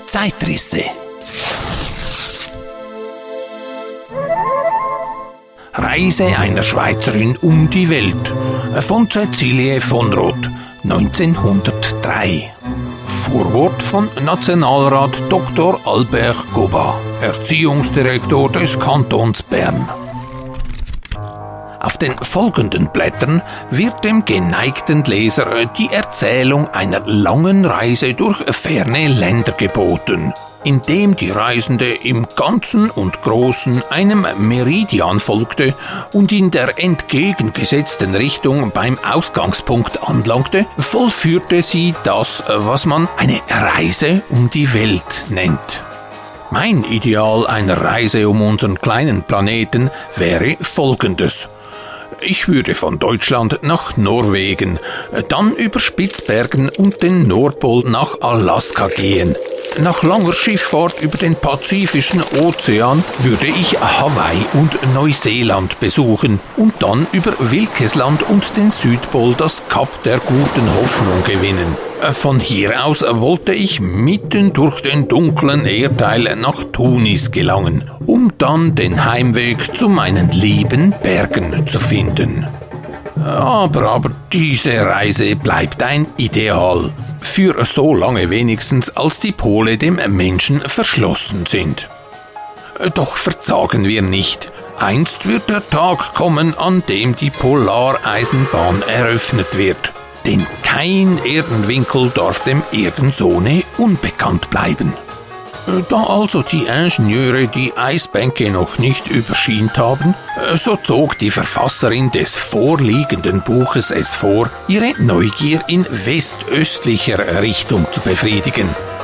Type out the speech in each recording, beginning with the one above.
Zeitrisse. Reise einer Schweizerin um die Welt von Cäcilie von Roth, 1903. Vorwort von Nationalrat Dr. Albert Goba, Erziehungsdirektor des Kantons Bern. Auf den folgenden Blättern wird dem geneigten Leser die Erzählung einer langen Reise durch ferne Länder geboten, indem die Reisende im Ganzen und Großen einem Meridian folgte und in der entgegengesetzten Richtung beim Ausgangspunkt anlangte, vollführte sie das, was man eine Reise um die Welt nennt. Mein Ideal einer Reise um unseren kleinen Planeten wäre folgendes. Ich würde von Deutschland nach Norwegen, dann über Spitzbergen und den Nordpol nach Alaska gehen. Nach langer Schifffahrt über den Pazifischen Ozean würde ich Hawaii und Neuseeland besuchen und dann über Wilkesland und den Südpol das Kap der guten Hoffnung gewinnen. Von hier aus wollte ich mitten durch den dunklen Erdteil nach Tunis gelangen, um dann den Heimweg zu meinen lieben Bergen zu finden. Aber diese Reise bleibt ein Ideal. Für so lange wenigstens, als die Pole dem Menschen verschlossen sind. Doch verzagen wir nicht. Einst wird der Tag kommen, an dem die Polareisenbahn eröffnet wird. Denn kein Erdenwinkel darf dem Erdensohne unbekannt bleiben. Da also die Ingenieure die Eisbänke noch nicht überschient haben, so zog die Verfasserin des vorliegenden Buches es vor, ihre Neugier in westöstlicher Richtung zu befriedigen.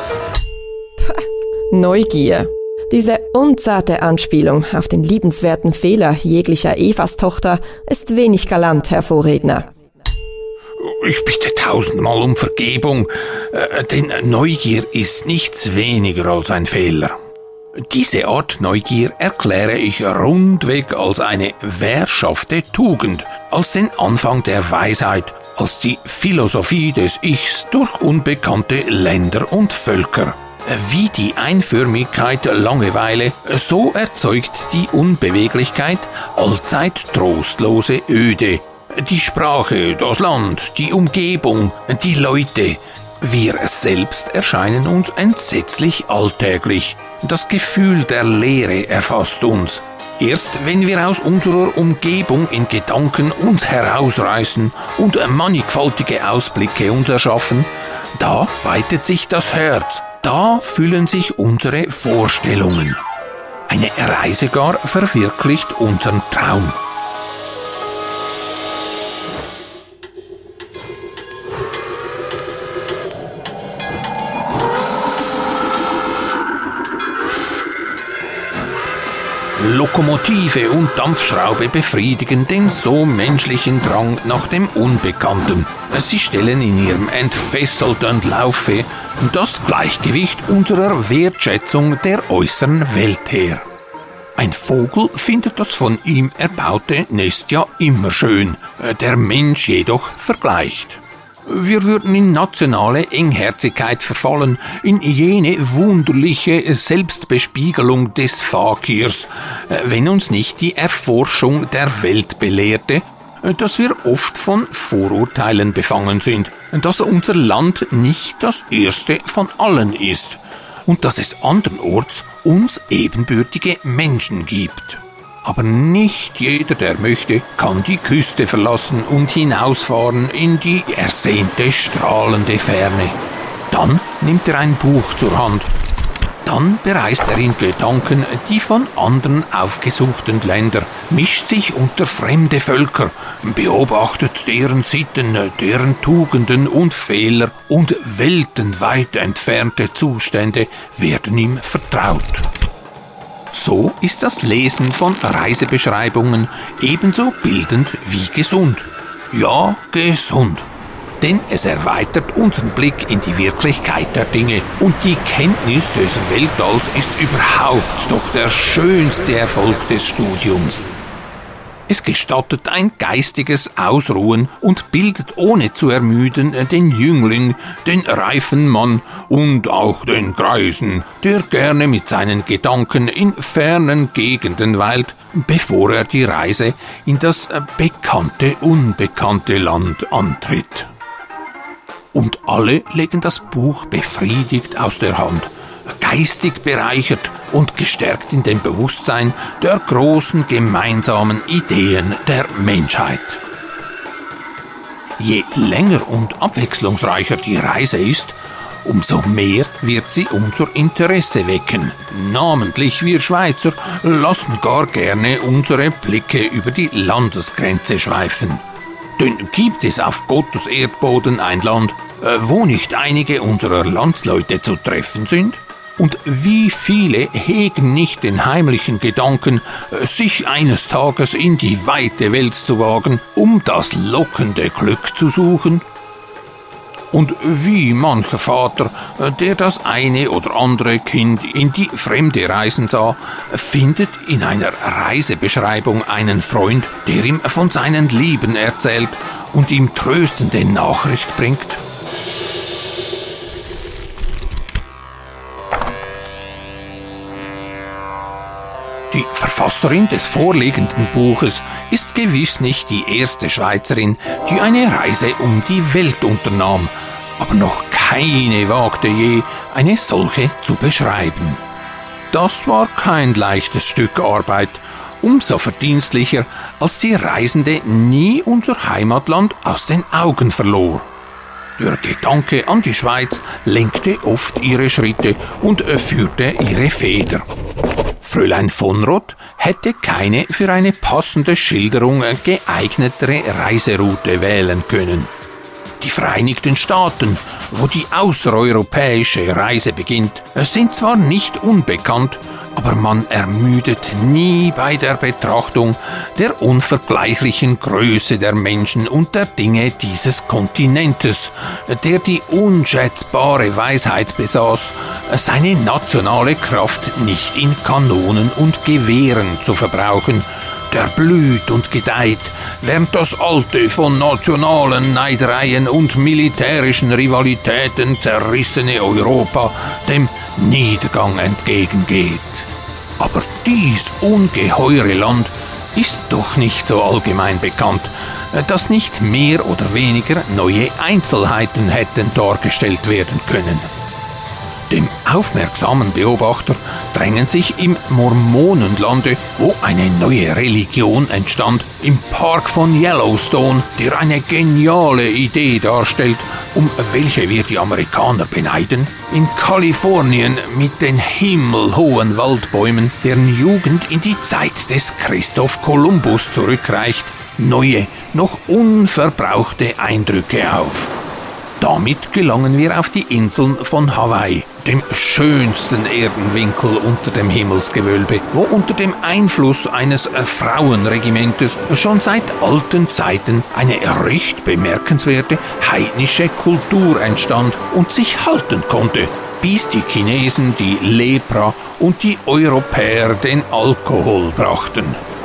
Neugier. Diese unzarte Anspielung auf den liebenswerten Fehler jeglicher Evas Tochter ist wenig galant, Herr Vorredner. Ich bitte tausendmal um Vergebung, denn Neugier ist nichts weniger als ein Fehler. Diese Art Neugier erkläre ich rundweg als eine wehrschafte Tugend, als den Anfang der Weisheit, als die Philosophie des Ichs durch unbekannte Länder und Völker. Wie die Einförmigkeit Langeweile, so erzeugt die Unbeweglichkeit allzeit trostlose Öde. Die Sprache, das Land, die Umgebung, die Leute. Wir selbst erscheinen uns entsetzlich alltäglich. Das Gefühl der Leere erfasst uns. Erst wenn wir aus unserer Umgebung in Gedanken uns herausreißen und mannigfaltige Ausblicke uns erschaffen, da weitet sich das Herz, da füllen sich unsere Vorstellungen. Eine Reise gar verwirklicht unseren Traum. Lokomotive und Dampfschraube befriedigen den so menschlichen Drang nach dem Unbekannten. Sie stellen in ihrem entfesselten Laufe das Gleichgewicht unserer Wertschätzung der äußeren Welt her. Ein Vogel findet das von ihm erbaute Nest ja immer schön, der Mensch jedoch vergleicht. Wir würden in nationale Engherzigkeit verfallen, in jene wunderliche Selbstbespiegelung des Fakirs, wenn uns nicht die Erforschung der Welt belehrte, dass wir oft von Vorurteilen befangen sind, dass unser Land nicht das erste von allen ist und dass es andernorts uns ebenbürtige Menschen gibt. Aber nicht jeder, der möchte, kann die Küste verlassen und hinausfahren in die ersehnte strahlende Ferne. Dann nimmt er ein Buch zur Hand. Dann bereist er in Gedanken die von anderen aufgesuchten Länder, mischt sich unter fremde Völker, beobachtet deren Sitten, deren Tugenden und Fehler und weltenweit entfernte Zustände werden ihm vertraut. So ist das Lesen von Reisebeschreibungen ebenso bildend wie gesund. Ja, gesund. Denn es erweitert unseren Blick in die Wirklichkeit der Dinge und die Kenntnis des Weltalls ist überhaupt doch der schönste Erfolg des Studiums. Es gestattet ein geistiges Ausruhen und bildet ohne zu ermüden den Jüngling, den reifen Mann und auch den Greisen, der gerne mit seinen Gedanken in fernen Gegenden weilt, bevor er die Reise in das bekannte, unbekannte Land antritt. Und alle legen das Buch befriedigt aus der Hand, geistig bereichert und gestärkt in dem Bewusstsein der großen gemeinsamen Ideen der Menschheit. Je länger und abwechslungsreicher die Reise ist, umso mehr wird sie unser Interesse wecken. Namentlich wir Schweizer lassen gar gerne unsere Blicke über die Landesgrenze schweifen. Denn gibt es auf Gottes Erdboden ein Land, wo nicht einige unserer Landsleute zu treffen sind? Und wie viele hegen nicht den heimlichen Gedanken, sich eines Tages in die weite Welt zu wagen, um das lockende Glück zu suchen? Und wie mancher Vater, der das eine oder andere Kind in die Fremde reisen sah, findet in einer Reisebeschreibung einen Freund, der ihm von seinen Lieben erzählt und ihm tröstende Nachricht bringt. Die Verfasserin des vorliegenden Buches ist gewiss nicht die erste Schweizerin, die eine Reise um die Welt unternahm, aber noch keine wagte je, eine solche zu beschreiben. Das war kein leichtes Stück Arbeit, umso verdienstlicher, als die Reisende nie unser Heimatland aus den Augen verlor. Der Gedanke an die Schweiz lenkte oft ihre Schritte und führte ihre Feder. Fräulein von Roth hätte keine für eine passende Schilderung geeignetere Reiseroute wählen können. Die Vereinigten Staaten, wo die außereuropäische Reise beginnt, sind zwar nicht unbekannt, aber man ermüdet nie bei der Betrachtung der unvergleichlichen Größe der Menschen und der Dinge dieses Kontinentes, der die unschätzbare Weisheit besaß, seine nationale Kraft nicht in Kanonen und Gewehren zu verbrauchen, der blüht und gedeiht, während das alte, von nationalen Neidereien und militärischen Rivalitäten zerrissene Europa dem Niedergang entgegengeht. Aber dies ungeheure Land ist doch nicht so allgemein bekannt, dass nicht mehr oder weniger neue Einzelheiten hätten dargestellt werden können. Dem aufmerksamen Beobachter drängen sich im Mormonenlande, wo eine neue Religion entstand, im Park von Yellowstone, der eine geniale Idee darstellt, um welche wir die Amerikaner beneiden, in Kalifornien mit den himmelhohen Waldbäumen, deren Jugend in die Zeit des Christoph Kolumbus zurückreicht, neue, noch unverbrauchte Eindrücke auf. Damit gelangen wir auf die Inseln von Hawaii, dem schönsten Erdenwinkel unter dem Himmelsgewölbe, wo unter dem Einfluss eines Frauenregimentes schon seit alten Zeiten eine recht bemerkenswerte heidnische Kultur entstand und sich halten konnte, bis die Chinesen die Lepra und die Europäer den Alkohol brachten.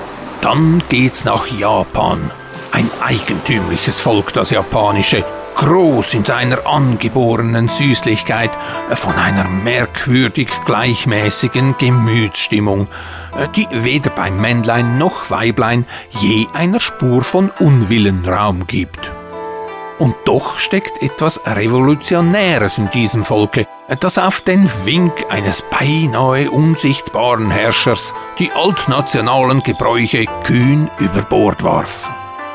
Dann geht's nach Japan. Ein eigentümliches Volk, das japanische, groß in seiner angeborenen Süßlichkeit, von einer merkwürdig gleichmäßigen Gemütsstimmung, die weder beim Männlein noch Weiblein je einer Spur von Unwillen Raum gibt. Und doch steckt etwas Revolutionäres in diesem Volke, das auf den Wink eines beinahe unsichtbaren Herrschers die altnationalen Gebräuche kühn über Bord warf.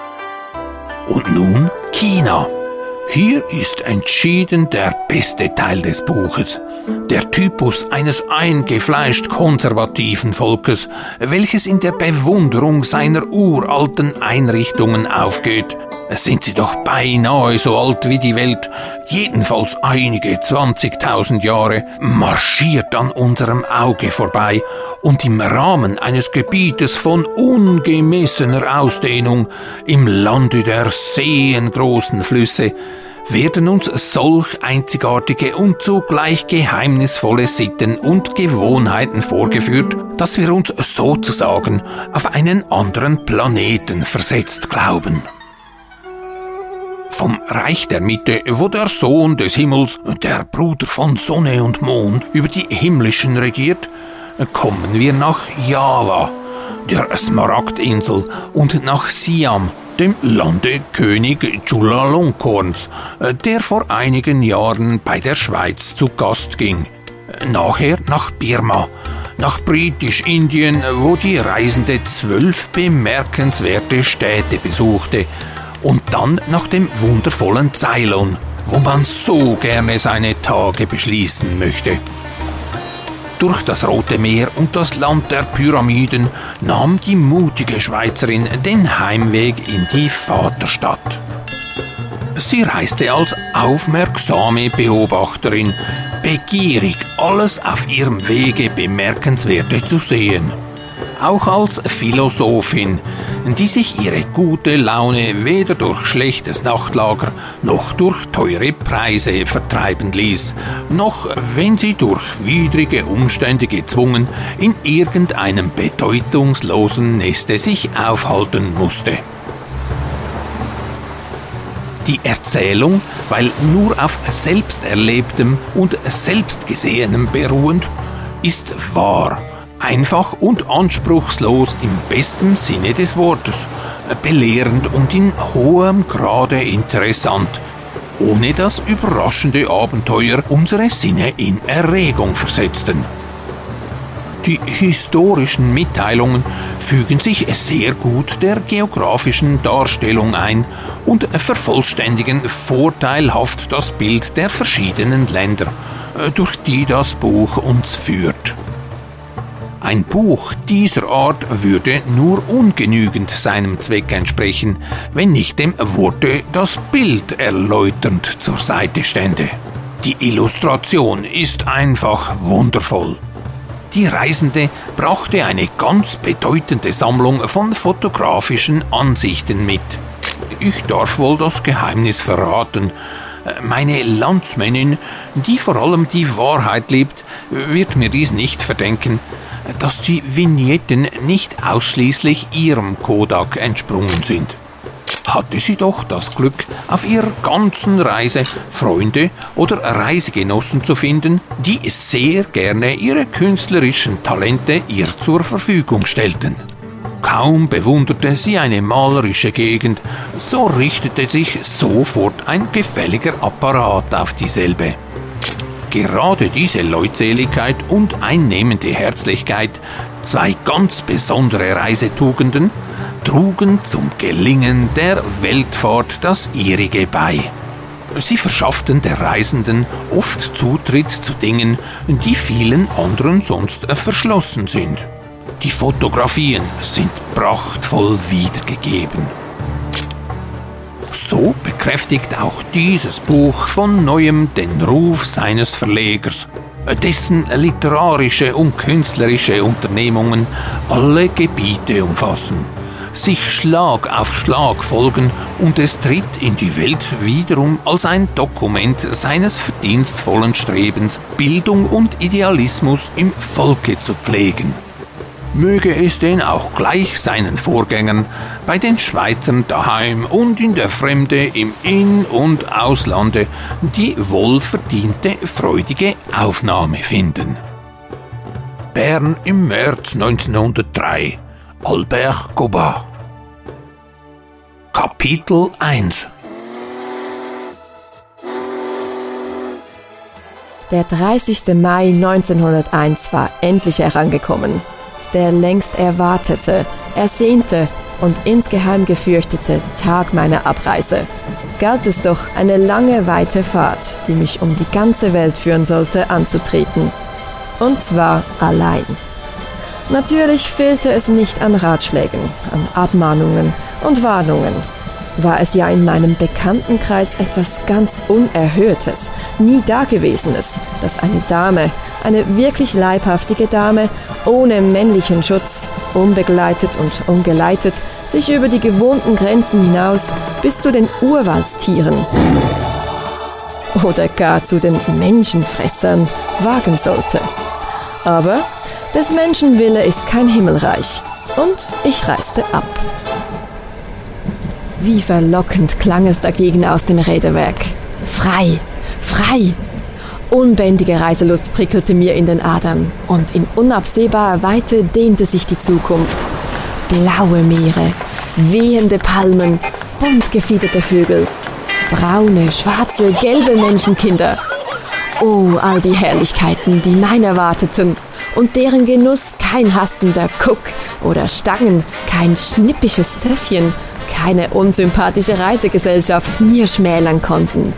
Und nun China. Hier ist entschieden der beste Teil des Buches. Der Typus eines eingefleischt konservativen Volkes, welches in der Bewunderung seiner uralten Einrichtungen aufgeht. Sind sie doch beinahe so alt wie die Welt, jedenfalls einige 20.000 Jahre, marschiert an unserem Auge vorbei und im Rahmen eines Gebietes von ungemessener Ausdehnung, im Lande der seengroßen Flüsse, werden uns solch einzigartige und zugleich geheimnisvolle Sitten und Gewohnheiten vorgeführt, dass wir uns sozusagen auf einen anderen Planeten versetzt glauben. Vom Reich der Mitte, wo der Sohn des Himmels, der Bruder von Sonne und Mond, über die Himmlischen regiert, kommen wir nach Java, der Smaragdinsel, und nach Siam, dem Lande König Chulalongkorns, der vor einigen Jahren bei der Schweiz zu Gast ging. Nachher nach Birma, nach Britisch-Indien, wo die Reisende 12 bemerkenswerte Städte besuchte, und dann nach dem wundervollen Ceylon, wo man so gerne seine Tage beschließen möchte. Durch das Rote Meer und das Land der Pyramiden nahm die mutige Schweizerin den Heimweg in die Vaterstadt. Sie reiste als aufmerksame Beobachterin, begierig, alles auf ihrem Wege Bemerkenswerte zu sehen. Auch als Philosophin, die sich ihre gute Laune weder durch schlechtes Nachtlager noch durch teure Preise vertreiben ließ, noch wenn sie durch widrige Umstände gezwungen in irgendeinem bedeutungslosen Neste sich aufhalten musste. Die Erzählung, weil nur auf Selbsterlebtem und Selbstgesehenem beruhend, ist wahr, einfach und anspruchslos im besten Sinne des Wortes, belehrend und in hohem Grade interessant, ohne dass überraschende Abenteuer unsere Sinne in Erregung versetzten. Die historischen Mitteilungen fügen sich sehr gut der geografischen Darstellung ein und vervollständigen vorteilhaft das Bild der verschiedenen Länder, durch die das Buch uns führt. Ein Buch dieser Art würde nur ungenügend seinem Zweck entsprechen, wenn nicht dem Worte das Bild erläuternd zur Seite stände. Die Illustration ist einfach wundervoll. Die Reisende brachte eine ganz bedeutende Sammlung von fotografischen Ansichten mit. Ich darf wohl das Geheimnis verraten. Meine Landsmännin, die vor allem die Wahrheit liebt, wird mir dies nicht verdenken, dass die Vignetten nicht ausschließlich ihrem Kodak entsprungen sind. Hatte sie doch das Glück, auf ihrer ganzen Reise Freunde oder Reisegenossen zu finden, die sehr gerne ihre künstlerischen Talente ihr zur Verfügung stellten. Kaum bewunderte sie eine malerische Gegend, so richtete sich sofort ein gefälliger Apparat auf dieselbe. Gerade diese Leutseligkeit und einnehmende Herzlichkeit, zwei ganz besondere Reisetugenden, trugen zum Gelingen der Weltfahrt das ihrige bei. Sie verschafften der Reisenden oft Zutritt zu Dingen, die vielen anderen sonst verschlossen sind. Die Fotografien sind prachtvoll wiedergegeben. So bekräftigt auch dieses Buch von neuem den Ruf seines Verlegers, dessen literarische und künstlerische Unternehmungen alle Gebiete umfassen, sich Schlag auf Schlag folgen und es tritt in die Welt wiederum als ein Dokument seines verdienstvollen Strebens, Bildung und Idealismus im Volke zu pflegen. Möge es denn auch gleich seinen Vorgängern bei den Schweizern daheim und in der Fremde im In- und Auslande die wohlverdiente, freudige Aufnahme finden. Bern im März 1903. Albert Goba. Kapitel 1. Der 30. Mai 1901 war endlich herangekommen. Der längst erwartete, ersehnte und insgeheim gefürchtete Tag meiner Abreise. Galt es doch, eine lange, weite Fahrt, die mich um die ganze Welt führen sollte, anzutreten. Und zwar allein. Natürlich fehlte es nicht an Ratschlägen, an Abmahnungen und Warnungen. War es ja in meinem Bekanntenkreis etwas ganz Unerhörtes, nie Dagewesenes, dass eine Dame, eine wirklich leibhaftige Dame, ohne männlichen Schutz, unbegleitet und ungeleitet, sich über die gewohnten Grenzen hinaus bis zu den Urwaldstieren oder gar zu den Menschenfressern wagen sollte. Aber Des Menschen Wille ist kein Himmelreich. Und ich reiste ab. Wie verlockend klang es dagegen aus dem Räderwerk. Frei, frei! Unbändige Reiselust prickelte mir in den Adern und in unabsehbarer Weite dehnte sich die Zukunft. Blaue Meere, wehende Palmen, bunt gefiederte Vögel, braune, schwarze, gelbe Menschenkinder. Oh, all die Herrlichkeiten, die meiner warteten und deren Genuss kein hastender Kuck oder Stangen, kein schnippisches Zöpfchen, keine unsympathische Reisegesellschaft mir schmälern konnten.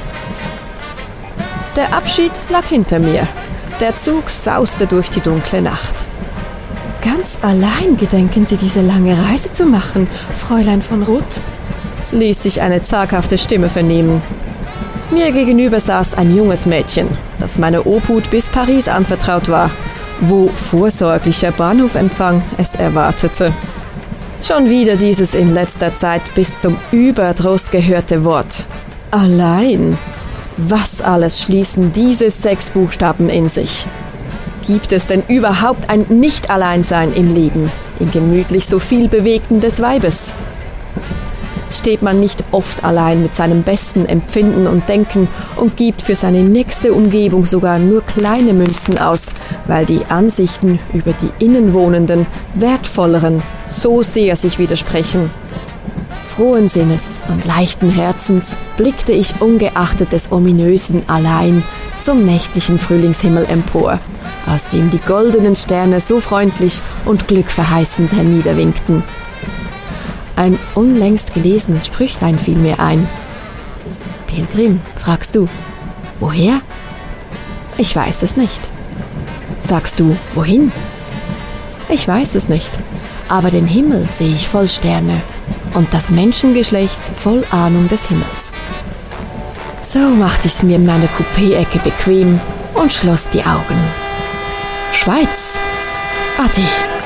Der Abschied lag hinter mir. Der Zug sauste durch die dunkle Nacht. Ganz allein gedenken Sie, diese lange Reise zu machen, Fräulein von Ruth? Ließ sich eine zaghafte Stimme vernehmen. Mir gegenüber saß ein junges Mädchen, das meiner Obhut bis Paris anvertraut war, wo vorsorglicher Bahnhofempfang es erwartete. Schon wieder dieses in letzter Zeit bis zum Überdruss gehörte Wort. Allein. Was alles schließen diese 6 Buchstaben in sich? Gibt es denn überhaupt ein Nicht-Alleinsein im Leben, in gemütlich so viel Bewegten des Weibes? Steht man nicht oft allein mit seinem besten Empfinden und Denken und gibt für seine nächste Umgebung sogar nur kleine Münzen aus, weil die Ansichten über die Innenwohnenden, wertvolleren, so sehr sich widersprechen? Frohen Sinnes und leichten Herzens blickte ich ungeachtet des ominösen Allein zum nächtlichen Frühlingshimmel empor, aus dem die goldenen Sterne so freundlich und glückverheißend herniederwinkten. Ein unlängst gelesenes Sprüchlein fiel mir ein. Pilgrim, fragst du, woher? Ich weiß es nicht. Sagst du, wohin? Ich weiß es nicht, aber den Himmel sehe ich voll Sterne und das Menschengeschlecht voll Ahnung des Himmels. So machte ich's mir in meiner Coupé-Ecke bequem und schloss die Augen. Schweiz, Adi.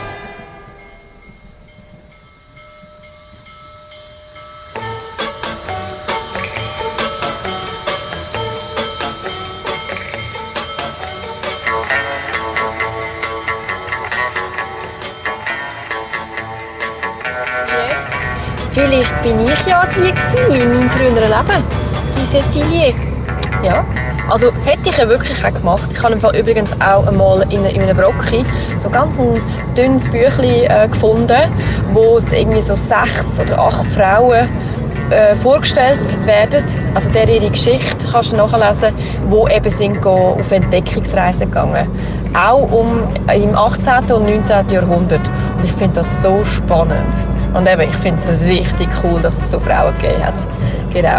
Vielleicht bin ich ja die gewesen in meinem früheren Leben, die Cecilie. Ja, also hätte ich ja wirklich auch gemacht. Ich habe übrigens auch einmal in einem Brocki so ganz ein dünnes Büchlein gefunden, wo es irgendwie so 6 oder 8 Frauen vorgestellt werden. Also ihre Geschichte kannst du nachlesen, wo eben sind auf Entdeckungsreisen gegangen. Auch im 18. und 19. Jahrhundert. Und ich finde das so spannend. Und eben, ich finde es richtig cool, dass es so Frauen gegeben hat. Genau.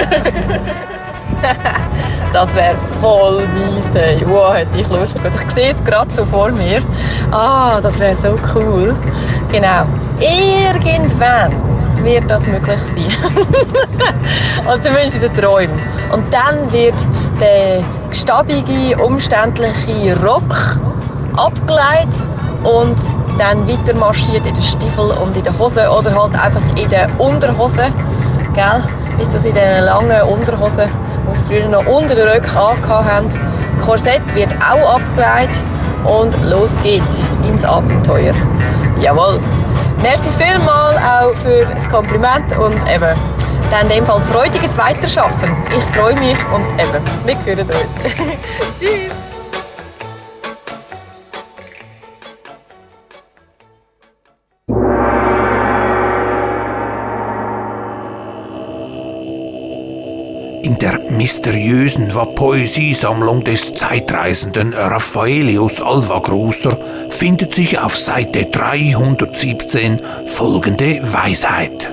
Das wäre voll weise. Wow, hätte ich Lust. Ich sehe es gerade so vor mir. Ah, das wäre so cool. Genau. Irgendwann wird das möglich sein. Und zumindest in den Träumen. Und dann wird der gestabige, umständliche Rock abgeleitet und dann weiter marschiert in den Stiefel und in den Hosen oder halt einfach in den Unterhosen. Gell? Ist das in den langen Unterhosen, die sie früher noch unter den Röcken angehabt haben. Korsett wird auch abgeleitet und los geht's ins Abenteuer. Jawohl. Merci vielmals auch für das Kompliment und eben dann in dem Fall freudiges Weiterschaffen. Ich freue mich und eben, wir hören uns. Tschüss! In der mysteriösen Poesiesammlung des Zeitreisenden Raffaelius Alvagrosser findet sich auf Seite 317 folgende Weisheit.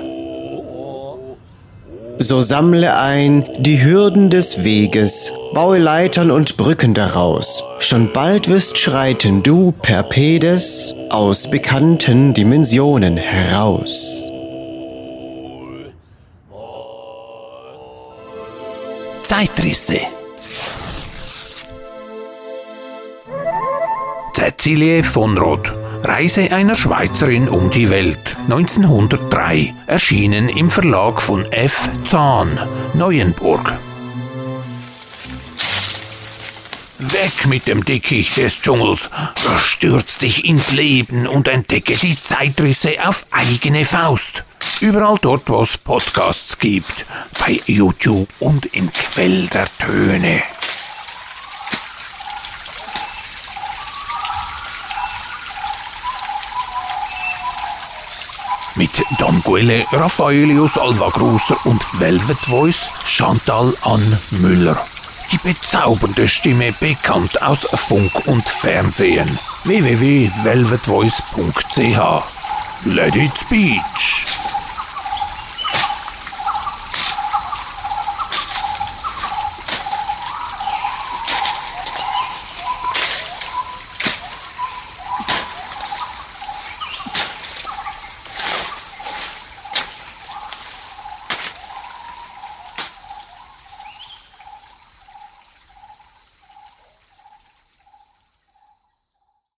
So sammle ein die Hürden des Weges, baue Leitern und Brücken daraus. Schon bald wirst schreiten du per Pedes aus bekannten Dimensionen heraus. Zeitrisse. Cäcilie von Roth, Reise einer Schweizerin um die Welt, 1903, erschienen im Verlag von F. Zahn, Neuenburg. Weg mit dem Dickicht des Dschungels. Stürz dich ins Leben und entdecke die Zeitrisse auf eigene Faust. Überall dort, wo es Podcasts gibt. Bei YouTube und im Quell der Töne. Mit Don Guelle, Raffaelius Alva Grosser und Velvet Voice Chantal Ann Müller. Die bezaubernde Stimme, bekannt aus Funk und Fernsehen. www.velvetvoice.ch. Let it speech.